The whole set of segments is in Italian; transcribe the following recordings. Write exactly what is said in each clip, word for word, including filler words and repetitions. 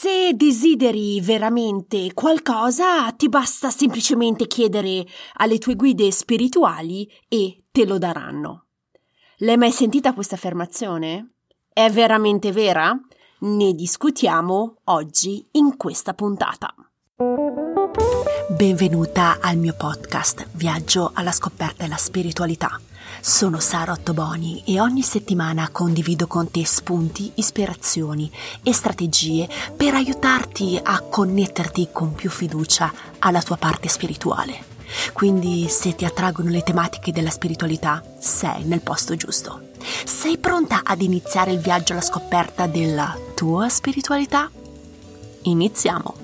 Se desideri veramente qualcosa, ti basta semplicemente chiedere alle tue guide spirituali e te lo daranno. L'hai mai sentita questa affermazione? È veramente vera? Ne discutiamo oggi in questa puntata. Benvenuta al mio podcast Viaggio alla scoperta della spiritualità. Sono Sara Ottoboni e ogni settimana condivido con te spunti, ispirazioni e strategie per aiutarti a connetterti con più fiducia alla tua parte spirituale. Quindi, se ti attraggono le tematiche della spiritualità, sei nel posto giusto. Sei pronta ad iniziare il viaggio alla scoperta della tua spiritualità? Iniziamo!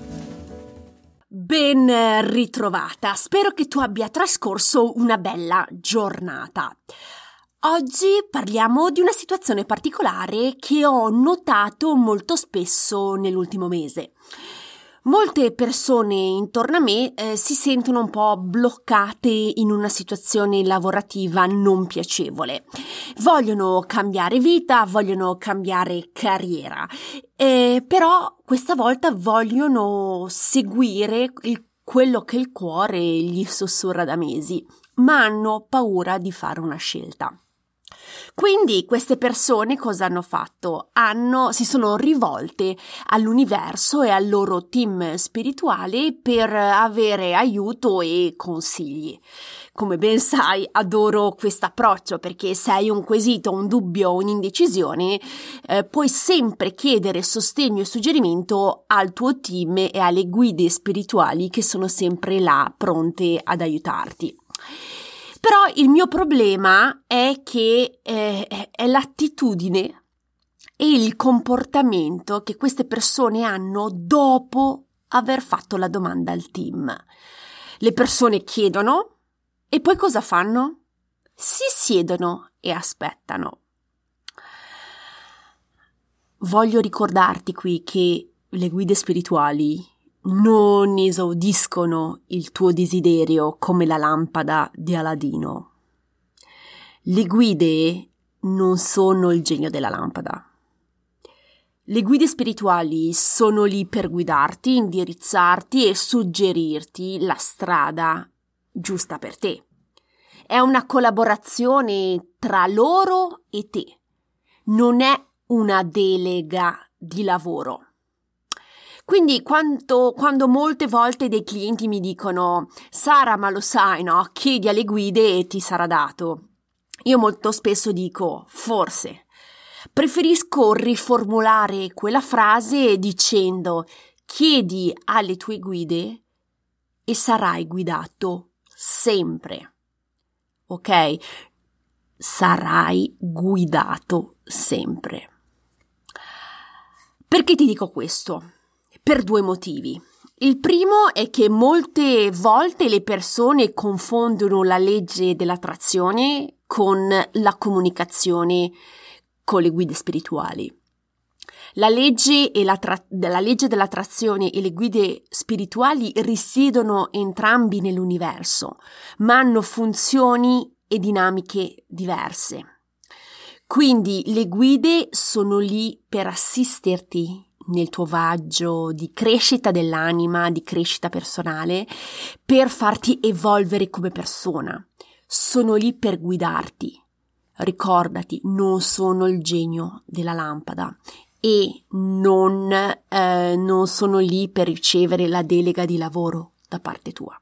Ben ritrovata, spero che tu abbia trascorso una bella giornata. Oggi parliamo di una situazione particolare che ho notato molto spesso nell'ultimo mese. Molte persone intorno a me eh, si sentono un po' bloccate in una situazione lavorativa non piacevole. Vogliono cambiare vita, vogliono cambiare carriera, eh, però questa volta vogliono seguire il, quello che il cuore gli sussurra da mesi, ma hanno paura di fare una scelta. Quindi queste persone cosa hanno fatto? Hanno, si sono rivolte all'universo e al loro team spirituale per avere aiuto e consigli. Come ben sai, adoro questo approccio perché se hai un quesito, un dubbio o un'indecisione, eh, puoi sempre chiedere sostegno e suggerimento al tuo team e alle guide spirituali che sono sempre là pronte ad aiutarti. Però il mio problema è che eh, è l'attitudine e il comportamento che queste persone hanno dopo aver fatto la domanda al team. Le persone chiedono e poi cosa fanno? Si siedono e aspettano. Voglio ricordarti qui che le guide spirituali non esaudiscono il tuo desiderio come la lampada di Aladino. Le guide non sono il genio della lampada. Le guide spirituali sono lì per guidarti, indirizzarti e suggerirti la strada giusta per te. È una collaborazione tra loro e te. Non è una delega di lavoro. Quindi quando, quando molte volte dei clienti mi dicono Sara, ma lo sai, no? Chiedi alle guide e ti sarà dato. Io molto spesso dico forse. Preferisco riformulare quella frase dicendo chiedi alle tue guide e sarai guidato sempre. Ok? Sarai guidato sempre. Perché ti dico questo? Per due motivi. Il primo è che molte volte le persone confondono la legge dell'attrazione con la comunicazione con le guide spirituali. La legge, e la, tra- la legge dell'attrazione e le guide spirituali risiedono entrambi nell'universo, ma hanno funzioni e dinamiche diverse. Quindi le guide sono lì per assisterti nel tuo viaggio di crescita dell'anima, di crescita personale, per farti evolvere come persona. Sono lì per guidarti. Ricordati, non sono il genio della lampada e non, eh, non sono lì per ricevere la delega di lavoro da parte tua.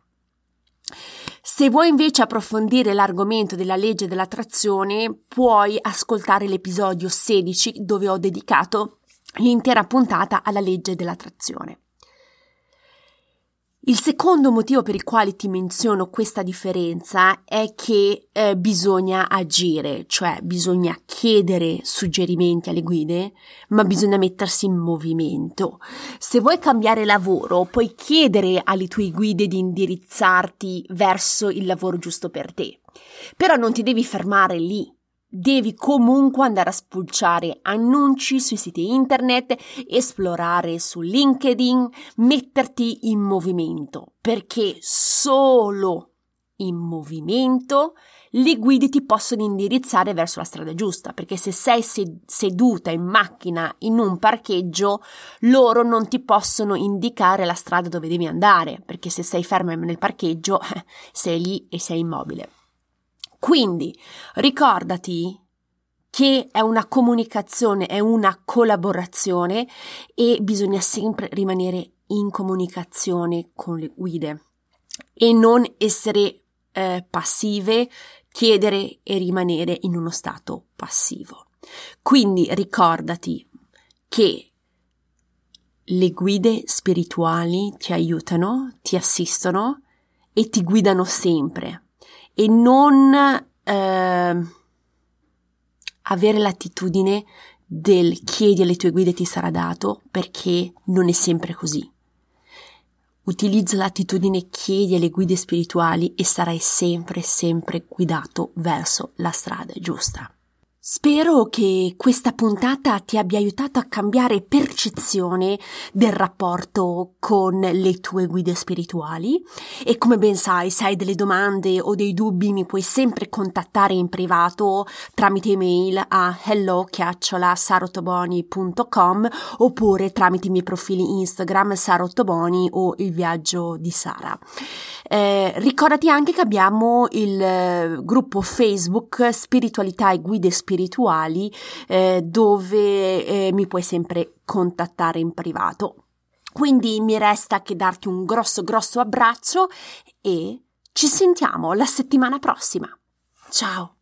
Se vuoi invece approfondire l'argomento della legge dell'attrazione, puoi ascoltare l'episodio sedici dove ho dedicato l'intera puntata alla legge dell'attrazione. Il secondo motivo per il quale ti menziono questa differenza è che eh, bisogna agire, cioè bisogna chiedere suggerimenti alle guide, ma bisogna mettersi in movimento. Se vuoi cambiare lavoro, puoi chiedere alle tue guide di indirizzarti verso il lavoro giusto per te, però non ti devi fermare lì. Devi comunque andare a spulciare annunci sui siti internet, esplorare su LinkedIn, metterti in movimento, perché solo in movimento le guide ti possono indirizzare verso la strada giusta, perché se sei seduta in macchina in un parcheggio, loro non ti possono indicare la strada dove devi andare, perché se sei ferma nel parcheggio sei lì e sei immobile. Quindi ricordati che è una comunicazione, è una collaborazione e bisogna sempre rimanere in comunicazione con le guide e non essere eh, passive, chiedere e rimanere in uno stato passivo. Quindi ricordati che le guide spirituali ti aiutano, ti assistono e ti guidano sempre, e non eh, avere l'attitudine del chiedi alle tue guide ti sarà dato, perché non è sempre così. Utilizza l'attitudine chiedi alle guide spirituali e sarai sempre, sempre guidato verso la strada giusta. Spero che questa puntata ti abbia aiutato a cambiare percezione del rapporto con le tue guide spirituali, e come ben sai, se hai delle domande o dei dubbi mi puoi sempre contattare in privato tramite email a hello chiocciola sarottoboni punto com oppure tramite i miei profili Instagram Sara Ottoboni o Il Viaggio di Sara. Eh, ricordati anche che abbiamo il eh, gruppo Facebook Spiritualità e Guide Spirituali, eh, dove eh, mi puoi sempre contattare in privato. Quindi mi resta che darti un grosso grosso abbraccio e ci sentiamo la settimana prossima. Ciao!